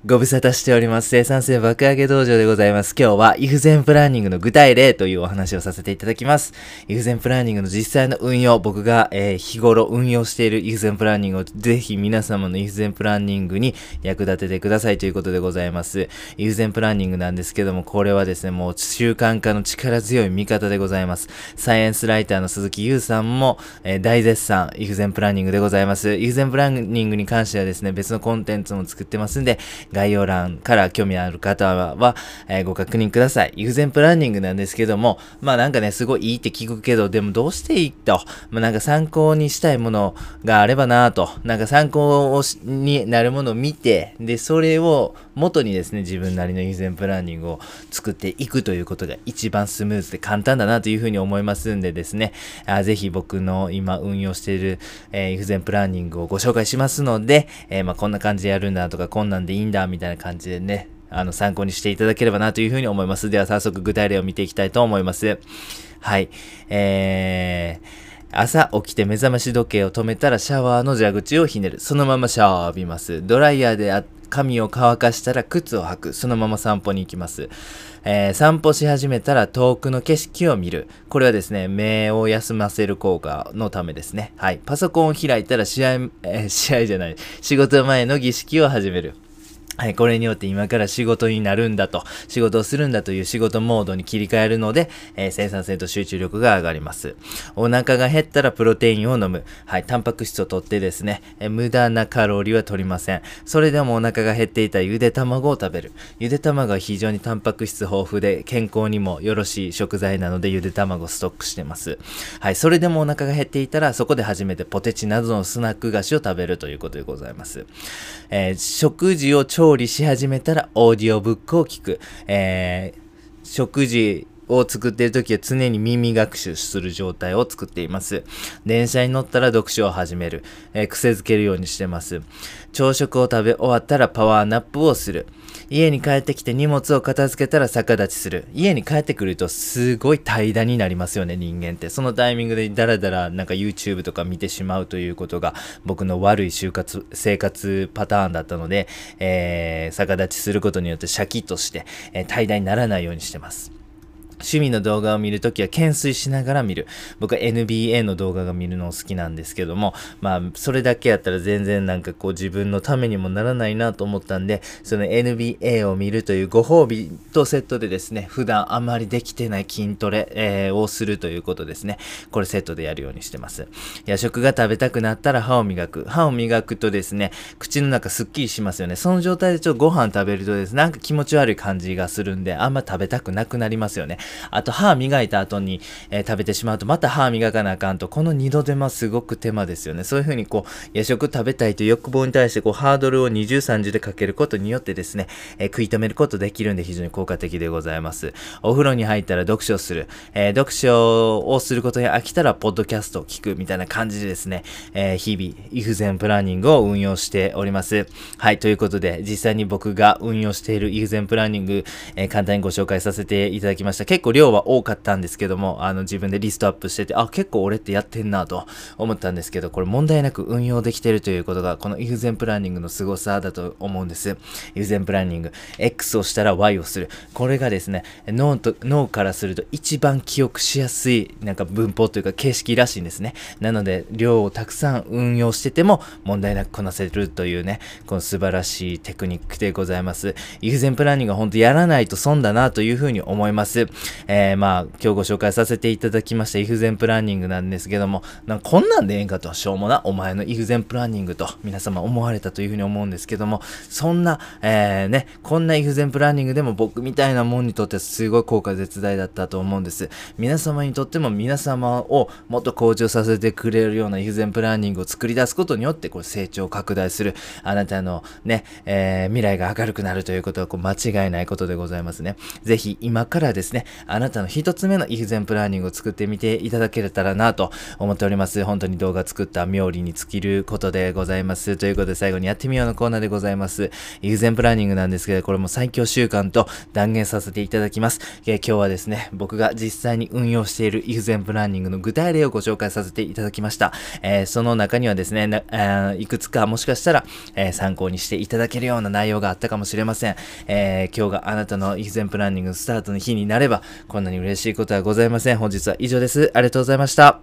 ご無沙汰しております。生産性爆上げ道場でございます。今日は、イフゼンプランニングの具体例というお話をさせていただきます。イフゼンプランニングの実際の運用、僕が、日頃運用しているイフゼンプランニングをぜひ皆様のイフゼンプランニングに役立ててくださいということでございます。イフゼンプランニングなんですけども、これはですね、もう習慣化の力強い味方でございます。サイエンスライターの鈴木優さんも、大絶賛イフゼンプランニングでございます。イフゼンプランニングに関してはですね、別のコンテンツも作ってますんで、概要欄から興味ある方は、ご確認ください。イフゼンプランニングなんですけども、まあなんかね、すごいいいって聞くけど、でもどうしていいと、まあなんか参考にしたいものがあればなと、なんか参考になるものを見て、で、それを元にですね、自分なりのイフゼンプランニングを作っていくということが一番スムーズで簡単だなというふうに思いますんでですね、ぜひ僕の今運用している、イフゼンプランニングをご紹介しますので、まあこんな感じでやるんだとか、こんなんでいいんだみたいな感じでね、参考にしていただければなというふうに思います。では早速具体例を見ていきたいと思います。はい。朝起きて目覚まし時計を止めたらシャワーの蛇口をひねる。そのままシャワーを浴びます。ドライヤーで髪を乾かしたら靴を履く。そのまま散歩に行きます。散歩し始めたら遠くの景色を見る。これはですね、目を休ませる効果のためですね。はい。パソコンを開いたら仕事前の儀式を始める。はい、これによって今から仕事になるんだと、仕事をするんだという仕事モードに切り替えるので、生産性と集中力が上がります。お腹が減ったらプロテインを飲む。はい、タンパク質を取ってですね、無駄なカロリーは取りません。それでもお腹が減っていたらゆで卵を食べる。ゆで卵は非常にタンパク質豊富で健康にもよろしい食材なのでゆで卵をストックしてます。はい、それでもお腹が減っていたらそこで初めてポテチなどのスナック菓子を食べるということでございます。食事を調理し始めたらオーディオブックを聞く。食事を作っているときは常に耳学習する状態を作っています。電車に乗ったら読書を始める。癖づけるようにしてます。朝食を食べ終わったらパワーナップをする。家に帰ってきて荷物を片付けたら逆立ちする。家に帰ってくるとすごい怠惰になりますよね、人間って。そのタイミングでダラダラなんか YouTube とか見てしまうということが僕の悪い生活パターンだったので、逆立ちすることによってシャキッとして、怠惰にならないようにしてます。趣味の動画を見るときは懸垂しながら見る。僕は NBA の動画が見るの好きなんですけども、まあそれだけやったら全然なんかこう自分のためにもならないなと思ったんで、その NBA を見るというご褒美とセットでですね、普段あまりできてない筋トレ、をするということですね。これセットでやるようにしてます。夜食が食べたくなったら歯を磨く。歯を磨くとですね、口の中すっきりしますよね。その状態でちょっとご飯食べるとですね、なんか気持ち悪い感じがするんで、あんま食べたくなくなりますよね。あと歯磨いた後に、食べてしまうとまた歯磨かなあかんと、この二度手間すごく手間ですよね。そういう風にこう夜食食べたいという欲望に対してこうハードルを二重三重でかけることによってですね、食い止めることできるんで非常に効果的でございます。お風呂に入ったら読書をする、読書をすることに飽きたらポッドキャストを聞くみたいな感じでですね、日々イフゼンプランニングを運用しております。はい、ということで実際に僕が運用しているイフゼンプランニング、簡単にご紹介させていただきました。結構量は多かったんですけども、自分でリストアップしてて、結構俺ってやってんなと思ったんですけど、これ問題なく運用できているということがこのイフゼンプランニングの凄さだと思うんです。イフゼンプランニング X をしたら Y をする。これがですね、脳からすると一番記憶しやすいなんか文法というか形式らしいんですね。なので量をたくさん運用してても問題なくこなせるというね、この素晴らしいテクニックでございます。イフゼンプランニングは本当やらないと損だなというふうに思います。まあ今日ご紹介させていただきましたイフゼンプランニングなんですけども、こんなんでええんかと、しょうもなお前のイフゼンプランニングと皆様思われたというふうに思うんですけども、そんな、こんなイフゼンプランニングでも僕みたいなもんにとってすごい効果絶大だったと思うんです。皆様にとっても皆様をもっと向上させてくれるようなイフゼンプランニングを作り出すことによってこれ成長拡大する、あなたのね、未来が明るくなるということは間違いないことでございますね。ぜひ今からですね、 あなたの一つ目のイフゼンプランニングを作ってみていただけたらなと思っております。本当に動画作った冥利に尽きることでございます。ということで最後にやってみようのコーナーでございます。イフゼンプランニングなんですけど、これも最強習慣と断言させていただきます。今日はですね、僕が実際に運用しているイフゼンプランニングの具体例をご紹介させていただきました。その中にはですね、いくつかもしかしたら、参考にしていただけるような内容があったかもしれません。今日があなたのイフゼンプランニングスタートの日になれば、こんなに嬉しいことはございません。本日は以上です。ありがとうございました。